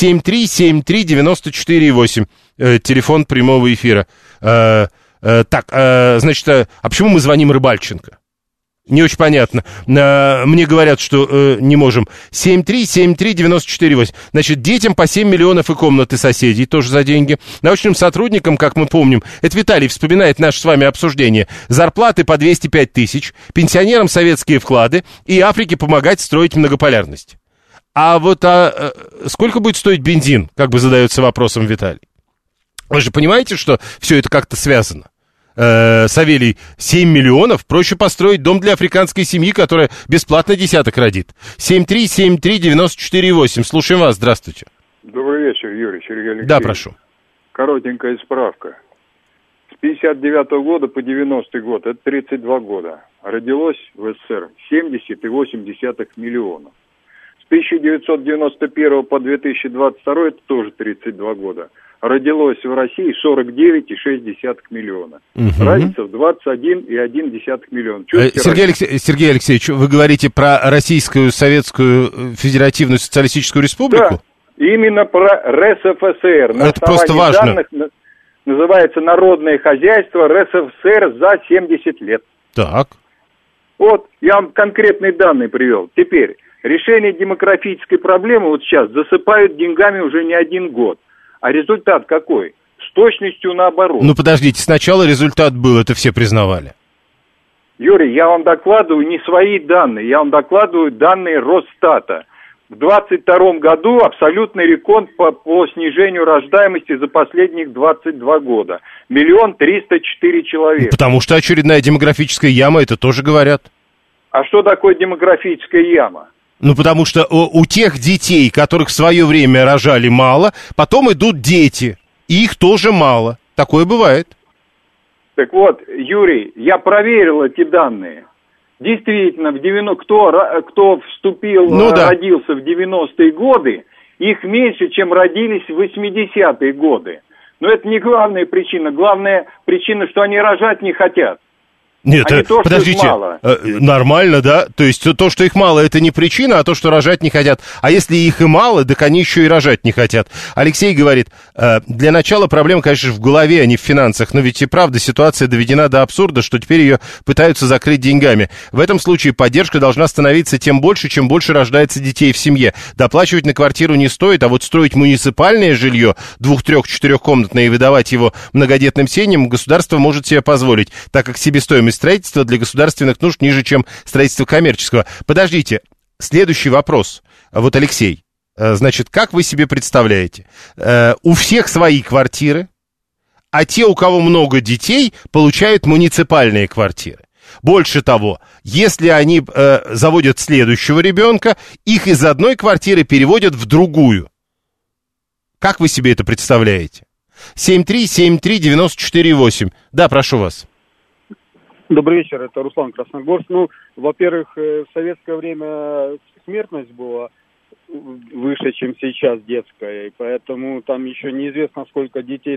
7373948, телефон прямого эфира. Так, значит, а почему мы звоним Рыбальченко? Не очень понятно. Мне говорят, что не можем. 7373948. Значит, детям по 7 миллионов и комнаты соседей, тоже за деньги. Научным сотрудникам, как мы помним, это Виталий вспоминает наше с вами обсуждение, зарплаты по 205 тысяч, пенсионерам советские вклады и Африке помогать строить многополярность. А вот сколько будет стоить бензин, как бы задается вопросом Виталий? Вы же понимаете, что все это как-то связано? Савелий, 7 миллионов, проще построить дом для африканской семьи, которая бесплатно десяток родит. 7373948. Слушаем вас, здравствуйте. Добрый вечер, Юрий, Сергей Алексеевич. Да, прошу. Коротенькая справка. С 59 года по 90 год, это 32 года, родилось в СССР 70,8 миллиона. С 1991 по 2022, это тоже 32 года. Родилось в России 49,6 миллиона. Угу. Разница в 21,1 миллиона. Сергей Алексеевич, вы говорите про Российскую Советскую Федеративную Социалистическую Республику? Да, именно про РСФСР. На это просто важно. Данных называется «Народное хозяйство РСФСР за 70 лет». Так. Вот, я вам конкретные данные привел. Теперь, решение демографической проблемы вот сейчас засыпают деньгами уже не 1 год. А результат какой? С точностью наоборот. Ну, подождите, сначала результат был, это все признавали. Юрий, я вам докладываю не свои данные, я вам докладываю данные Росстата. В 2022 году абсолютный рекорд по снижению рождаемости за последних 22 года. 1 304 человека. Потому что очередная демографическая яма, это тоже говорят. А что такое демографическая яма? Ну, потому что у тех детей, которых в свое время рожали мало, потом идут дети, и их тоже мало. Такое бывает. Так вот, Юрий, я проверил эти данные. Действительно, кто вступил, родился в 90-е годы, их меньше, чем родились в 80-е годы. Но это не главная причина. Главная причина, что они рожать не хотят. Нет, то, подождите, нормально, да? То есть то, что их мало, это не причина, а то, что рожать не хотят. А если их и мало, так они еще и рожать не хотят. Алексей говорит, для начала проблема, конечно, в голове, а не в финансах. Но ведь и правда ситуация доведена до абсурда, что теперь ее пытаются закрыть деньгами. В этом случае поддержка должна становиться тем больше, чем больше рождается детей в семье. Доплачивать на квартиру не стоит, а вот строить муниципальное жилье, 2-, 3-, 4-комнатное, и выдавать его многодетным семьям государство может себе позволить, так как себестоимость строительства для государственных нужд ниже, чем строительство коммерческого. Подождите, следующий вопрос. Вот, Алексей, значит, как вы себе представляете? У всех свои квартиры, а те, у кого много детей, получают муниципальные квартиры. Больше того, если они заводят следующего ребенка, их из одной квартиры переводят в другую. Как вы себе это представляете? 7373948. Да, прошу вас. Добрый вечер, это Руслан Красногорск. Ну, во-первых, в советское время смертность была выше, чем сейчас детская, и поэтому там еще неизвестно, сколько детей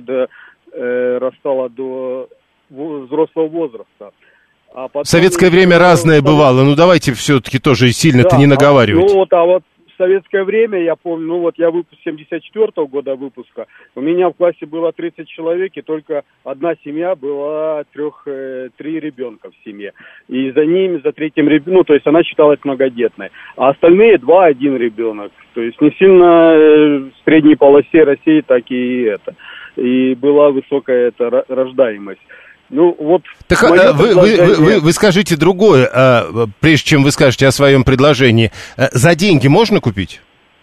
растало до взрослого возраста. А потом, в советское время разное бывало, ну давайте все-таки тоже сильно-то не наговаривать. А вот в советское время, я помню, ну вот я выпуск 74-го года выпуска, у меня в классе было 30 человек, и только одна семья была 3 ребенка в семье. И за ними, за третьим ребенком, ну то есть она считалась многодетной. А остальные 2-1 ребенок. То есть не сильно в средней полосе России, так и это. И была высокая рождаемость. Ну, вот так вы скажите другое, прежде чем вы скажете о своем предложении. За деньги можно купить?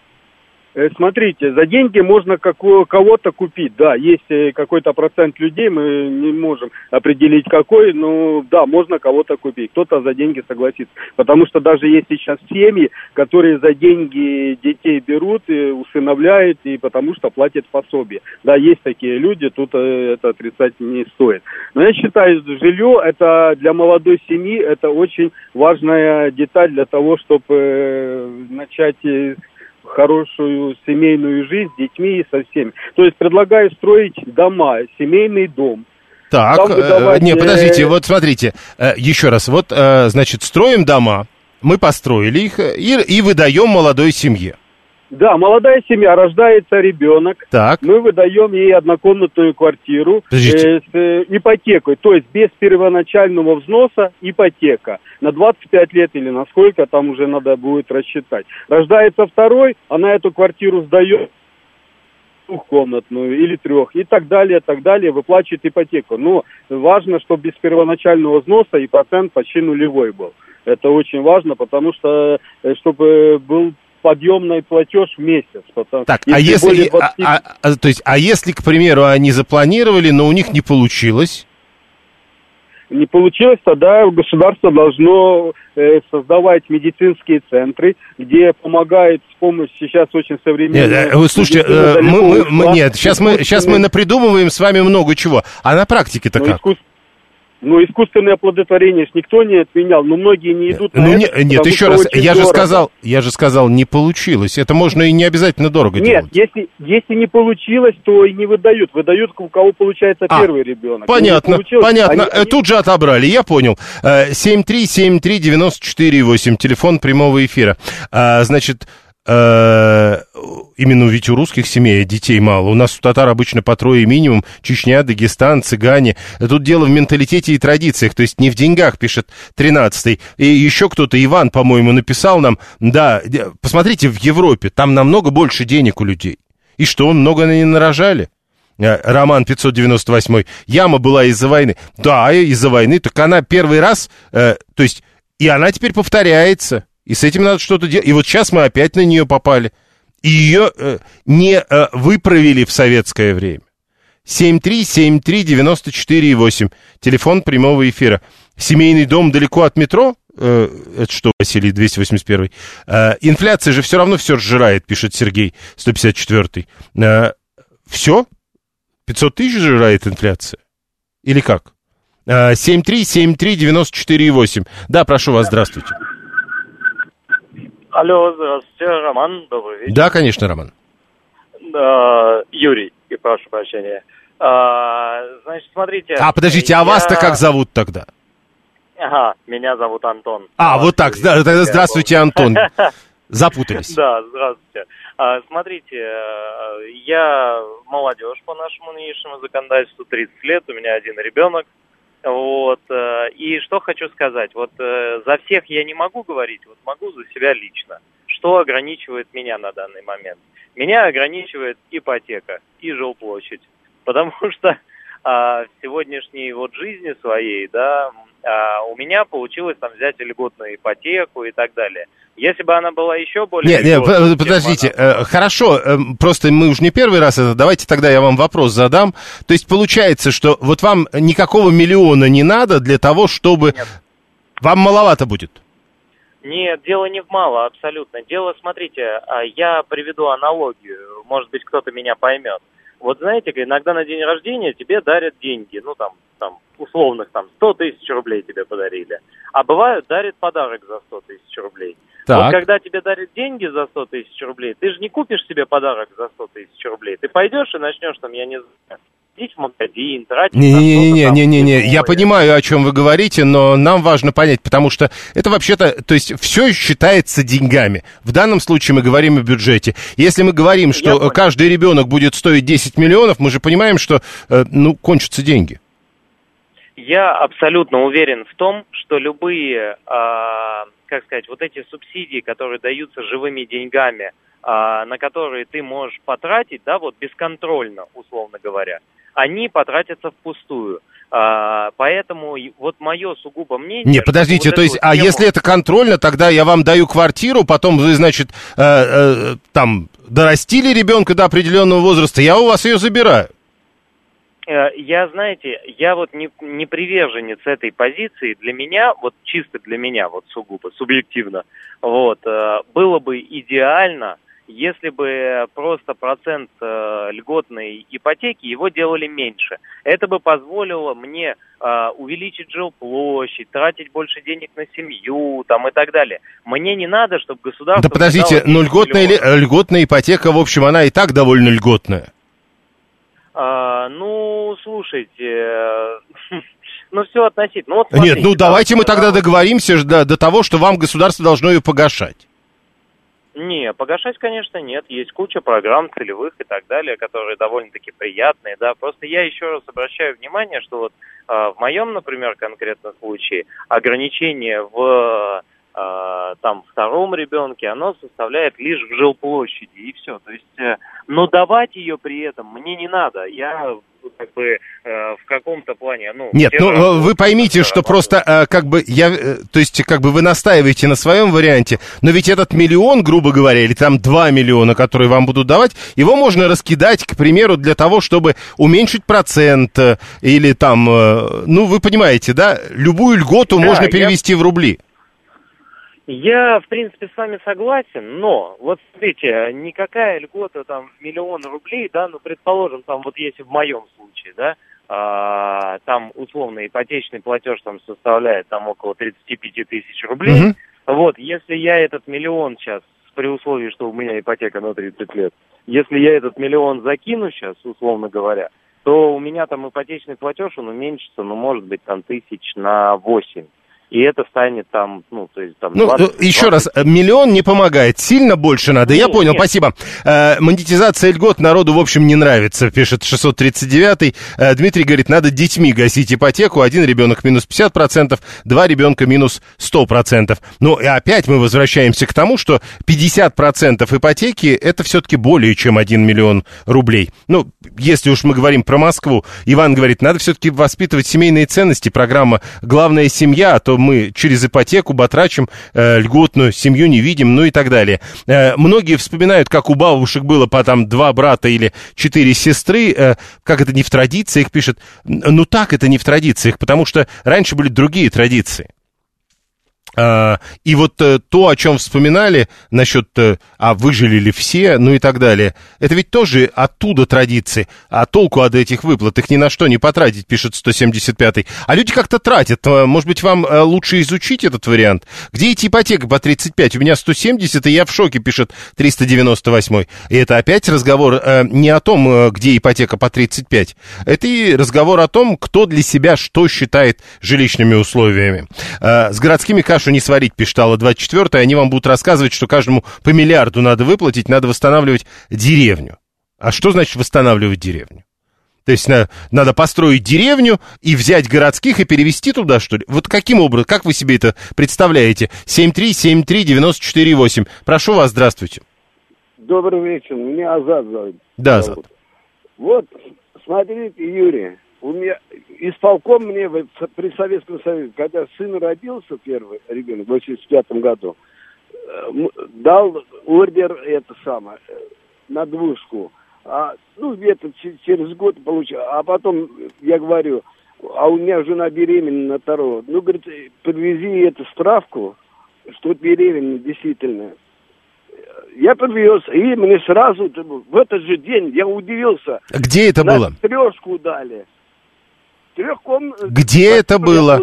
Смотрите, за деньги можно кого-то купить, да, есть какой-то процент людей, мы не можем определить какой, но да, можно кого-то купить, кто-то за деньги согласится, потому что даже есть сейчас семьи, которые за деньги детей берут и усыновляют, и потому что платят пособие, да, есть такие люди, тут это отрицать не стоит. Но я считаю, жилье, это для молодой семьи, это очень важная деталь для того, чтобы начать хорошую семейную жизнь с детьми и со всеми. То есть предлагаю строить дома, семейный дом. Так, не, подождите, вот смотрите, еще раз, вот, значит, строим дома, мы построили их и выдаем молодой семье. Да, молодая семья, рождается ребенок, так. Мы выдаем ей однокомнатную квартиру с ипотекой, то есть без первоначального взноса ипотека. На 25 лет или на сколько, там уже надо будет рассчитать. Рождается второй, она эту квартиру сдает, двухкомнатную или 3, и так далее, выплачивает ипотеку. Но важно, чтобы без первоначального взноса и процент почти нулевой был. Это очень важно, потому что, чтобы был подъемный платеж в месяц. Так, а если, если, к примеру, они запланировали, но у них не получилось? Не получилось, тогда государство должно создавать медицинские центры, где помогают с помощью, сейчас очень современные... Нет, слушайте, сейчас мы напридумываем с вами много чего, а на практике-то как? Ну, искусственное оплодотворение ж никто не отменял, но многие не идут на это. Нет, еще раз, я же сказал, не получилось. Это можно и не обязательно дорого делать. Нет, если не получилось, то и не выдают. Выдают, у кого получается первый ребенок. Понятно. Тут же отобрали, я понял. 7373948, телефон прямого эфира. Значит... именно ведь у русских семей детей мало. У нас у татар обычно по 3 минимум. Чечня, Дагестан, цыгане. Тут дело в менталитете и традициях. То есть не в деньгах, пишет 13-й. И еще кто-то, Иван, по-моему, написал нам. Да, посмотрите, в Европе там намного больше денег у людей. И что, много не нарожали? Роман 598. Яма была из-за войны. Да, из-за войны. Так она первый раз... то есть и она теперь повторяется. И с этим надо что-то делать. И вот сейчас мы опять на нее попали. И ее не выправили в советское время. 7373948. Телефон прямого эфира. Семейный дом далеко от метро? Это что, Василий, 281. Инфляция же все равно все сжирает, пишет Сергей, 154. Все? 500 тысяч сжирает инфляция? Или как? 7373948. Да, прошу вас, здравствуйте. Алло, здравствуйте, Роман, добрый вечер. Да, конечно, Роман. Юрий, прошу прощения. Значит, смотрите... подождите, вас-то как зовут тогда? Ага, меня зовут Антон. Вот так, тогда здравствуйте, Антон. Запутались. Да, здравствуйте. Смотрите, я молодежь по нашему нынешнему законодательству, 30 лет, у меня один ребенок. Вот, и что хочу сказать, вот за всех я не могу говорить, вот могу за себя лично. Что ограничивает меня на данный момент? Меня ограничивает ипотека и жилплощадь, потому что в сегодняшней вот жизни своей, да, у меня получилось там взять льготную ипотеку и так далее. Если бы она была еще более... Нет, подождите, хорошо, просто мы уже не первый раз это, давайте тогда я вам вопрос задам. То есть получается, что вот вам никакого миллиона не надо для того, чтобы... Нет. Вам маловато будет? Нет, дело не в мало, абсолютно. Дело, смотрите, я приведу аналогию, может быть, кто-то меня поймет. Вот знаете, иногда на день рождения тебе дарят деньги, ну там условных 100 тысяч рублей тебе подарили. А бывают, дарят подарок за 100 тысяч рублей. Так. Вот когда тебе дарят деньги за 100 тысяч рублей, ты же не купишь себе подарок за 100 тысяч рублей. Ты пойдешь и начнешь я не знаю, ходить в магазин, тратить на что-то. Не-не-не, я понимаю, о чем вы говорите, но нам важно понять, потому что это вообще-то, то есть все считается деньгами. В данном случае мы говорим о бюджете. Если мы говорим, что каждый ребенок будет стоить 10 миллионов, мы же понимаем, что, кончатся деньги. Я абсолютно уверен в том, что любые, вот эти субсидии, которые даются живыми деньгами, на которые ты можешь потратить, бесконтрольно, условно говоря, они потратятся впустую. Поэтому вот мое сугубо мнение... Не, подождите, то есть, если это контрольно, тогда я вам даю квартиру, потом вы, значит, дорастили ребенка до определенного возраста, я у вас ее забираю. Я не приверженец этой позиции. Для меня, чисто для меня, сугубо, субъективно, было бы идеально, если бы просто процент льготной ипотеки его делали меньше. Это бы позволило мне увеличить жилплощадь, тратить больше денег на семью и так далее. Мне не надо, чтобы государство... Да подождите, но льготная ипотека, в общем, она и так довольно льготная. Слушайте, все относительно. Нет, давайте мы тогда договоримся до того, что вам государство должно ее погашать. Не, погашать, конечно, нет. Есть куча программ целевых и так далее, которые довольно-таки приятные, да. Просто я еще раз обращаю внимание, что в моем, например, конкретном случае ограничение в втором ребенке, оно составляет лишь в жилплощади, и все. То есть, но давать ее при этом мне не надо. Я в каком-то плане... Нет, вы поймите, что просто вы настаиваете на своем варианте, но ведь этот миллион, грубо говоря, или 2 миллиона, которые вам будут давать, его можно раскидать, к примеру, для того, чтобы уменьшить процент, или вы понимаете, да, любую льготу можно перевести в рубли. Я, в принципе, с вами согласен, но, смотрите, никакая льгота, 1 миллион рублей, предположим, если в моем случае, условно, ипотечный платеж составляет около 35 тысяч рублей, если я этот миллион сейчас, при условии, что у меня ипотека на 30 лет, если я этот миллион закину сейчас, условно говоря, то у меня ипотечный платеж, он уменьшится, может быть, тысяч на 8. И это станет 20, еще раз, миллион не помогает, сильно больше надо. Я понял, спасибо. Монетизация льгот народу, в общем, не нравится, пишет 639-й. Дмитрий говорит, надо детьми гасить ипотеку. 1 ребенок минус 50%, 2 ребенка минус 100%. И опять мы возвращаемся к тому, что 50% ипотеки это все-таки более чем 1 миллион рублей. Если уж мы говорим про Москву, Иван говорит, надо все-таки воспитывать семейные ценности. Программа «Главная семья», а то мы через ипотеку батрачим, льготную семью не видим, и так далее. Многие вспоминают, как у бабушек было по 2 брата или 4 сестры, как это не в традициях, пишет. Так это не в традициях, потому что раньше были другие традиции. И то, о чем вспоминали насчет выжили ли все, и так далее, это ведь тоже оттуда традиции, а толку от этих выплат, их ни на что не потратить, пишет 175-й. А люди как-то тратят, может быть, вам лучше изучить этот вариант? Где эти ипотеки по 35? У меня 170, и я в шоке, пишет 398-й. И это опять разговор не о том, где ипотека по 35, это и разговор о том, кто для себя что считает жилищными условиями. С городскими кашу не сварить, пишет Алла 24-я, они вам будут рассказывать, что каждому по миллиарду надо выплатить, надо восстанавливать деревню. А что значит восстанавливать деревню? То есть надо построить деревню и взять городских и перевести туда, что ли? Каким образом, как вы себе это представляете? 7373948. Прошу вас, здравствуйте. Добрый вечер, меня Азат зовут. Да, Азат. Смотрите, Юрий, у меня исполком мне при Советском Союзе, когда сын родился, первый ребенок, в 1985 году, дал ордер на двушку. Где-то через год получил. А потом я говорю, у меня жена беременна на 2-го. Говорит, подвези эту справку что беременна, действительно. Я привез, и мне сразу, в этот же день, я удивился. Где это было? 3 дали. 3 Где это было?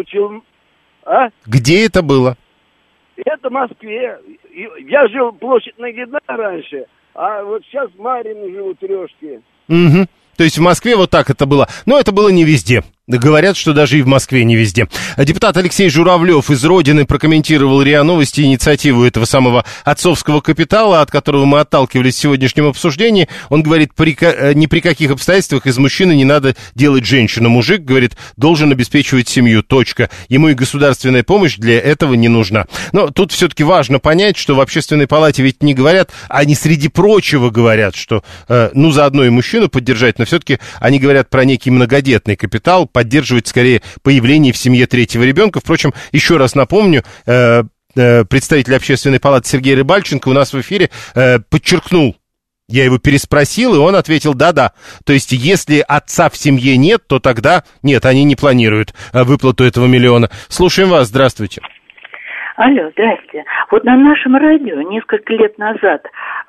Где это было? Это в Москве. Я жил площадь Нагина раньше, а вот сейчас в Марьино живу, 3. Угу. То есть в Москве вот так это было. Но это было не везде. Говорят, что даже и в Москве не везде. Депутат Алексей Журавлев из «Родины» прокомментировал РИА Новости инициативу этого самого отцовского капитала, от которого мы отталкивались в сегодняшнем обсуждении. Он говорит, ни при каких обстоятельствах из мужчины не надо делать женщину. Мужик, говорит, должен обеспечивать семью. Точка. Ему и государственная помощь для этого не нужна. Но тут все-таки важно понять, что в Общественной палате ведь не говорят, они среди прочего говорят, что заодно и мужчину поддержать, но все-таки они говорят про некий многодетный капитал, поддерживать скорее появление в семье 3-го ребенка. Впрочем, еще раз напомню, представитель Общественной палаты Сергей Рыбальченко у нас в эфире подчеркнул, я его переспросил, и он ответил да-да. То есть, если отца в семье нет, то тогда нет, они не планируют выплату этого миллиона. Слушаем вас, здравствуйте. Алло, здрасте. Вот на нашем радио несколько лет назад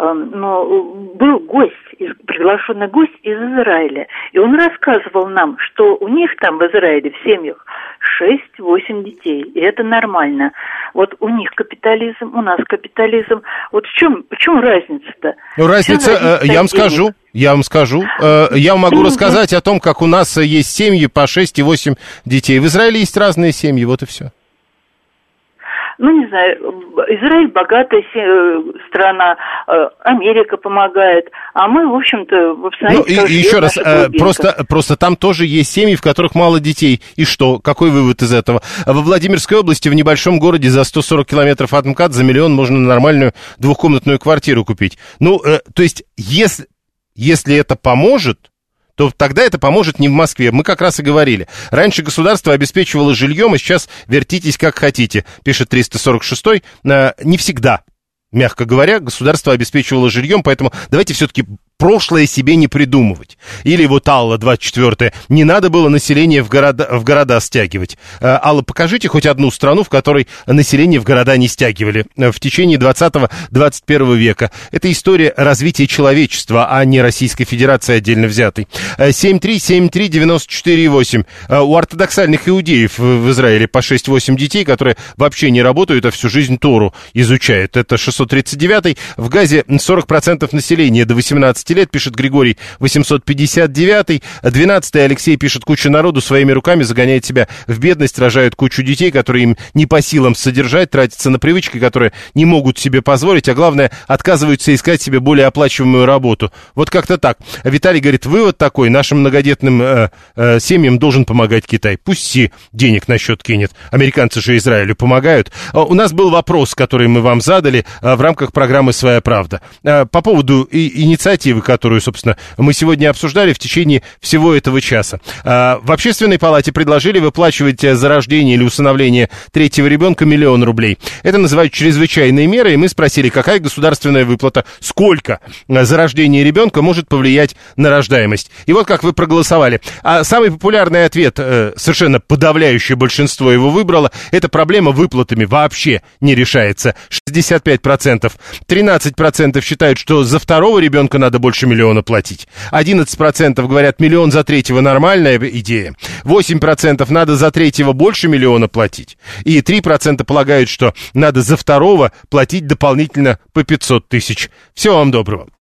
был приглашенный гость из Израиля, и он рассказывал нам, что у них там в Израиле в семьях 6-8 детей, и это нормально. Вот у них капитализм, у нас капитализм. Вот в чем разница-то? Разница, я вам скажу. Я могу рассказать о том, как у нас есть семьи по 6 и 8 детей. В Израиле есть разные семьи, вот и все. Не знаю, Израиль богатая страна, Америка помогает, а мы, в общем-то, в обстоятельствах... еще раз, просто там тоже есть семьи, в которых мало детей. И что? Какой вывод из этого? Во Владимирской области, в небольшом городе за 140 километров от МКАД, за $1 миллион можно нормальную двухкомнатную квартиру купить. То есть, если это поможет, то тогда это поможет не в Москве. Мы как раз и говорили. Раньше государство обеспечивало жильем, а сейчас вертитесь как хотите, пишет 346-й. Не всегда, мягко говоря, государство обеспечивало жильем, поэтому давайте все-таки прошлое себе не придумывать. Или вот Алла, 24-я, не надо было население в города стягивать. Алла, покажите хоть одну страну, в которой население в города не стягивали в течение 20-21 века. Это история развития человечества, а не Российской Федерации отдельно взятой. 7373948. У ортодоксальных иудеев в Израиле по 6-8 детей, которые вообще не работают, а всю жизнь Тору изучают. Это 639-й. В Газе 40% населения до 18 лет, пишет Григорий, 859-й. 12-й Алексей пишет, куча народу своими руками загоняет себя в бедность, рожают кучу детей, которые им не по силам содержать, тратятся на привычки, которые не могут себе позволить, а главное, отказываются искать себе более оплачиваемую работу. Вот как-то так. Виталий говорит, вывод такой, нашим многодетным семьям должен помогать Китай. Пусть все денег на счет кинет. Американцы же Израилю помогают. У нас был вопрос, который мы вам задали в рамках программы «Своя правда». По поводу инициативы, которую, собственно, мы сегодня обсуждали в течение всего этого часа. В Общественной палате предложили выплачивать за рождение или усыновление 3-го ребенка $1 миллион рублей. Это называют чрезвычайные меры, и мы спросили, какая государственная выплата, сколько за рождение ребенка может повлиять на рождаемость. И вот как вы проголосовали. А самый популярный ответ, совершенно подавляющее большинство его выбрало, это проблема выплатами вообще не решается. 65%. 13% считают, что за 2-го ребенка надо больше $1 миллиона платить. 11% говорят, $1 миллион за 3-го нормальная идея. 8% надо за 3-го больше $1 миллиона платить. И 3% полагают, что надо за 2-го платить дополнительно по 500 тысяч. Всего вам доброго.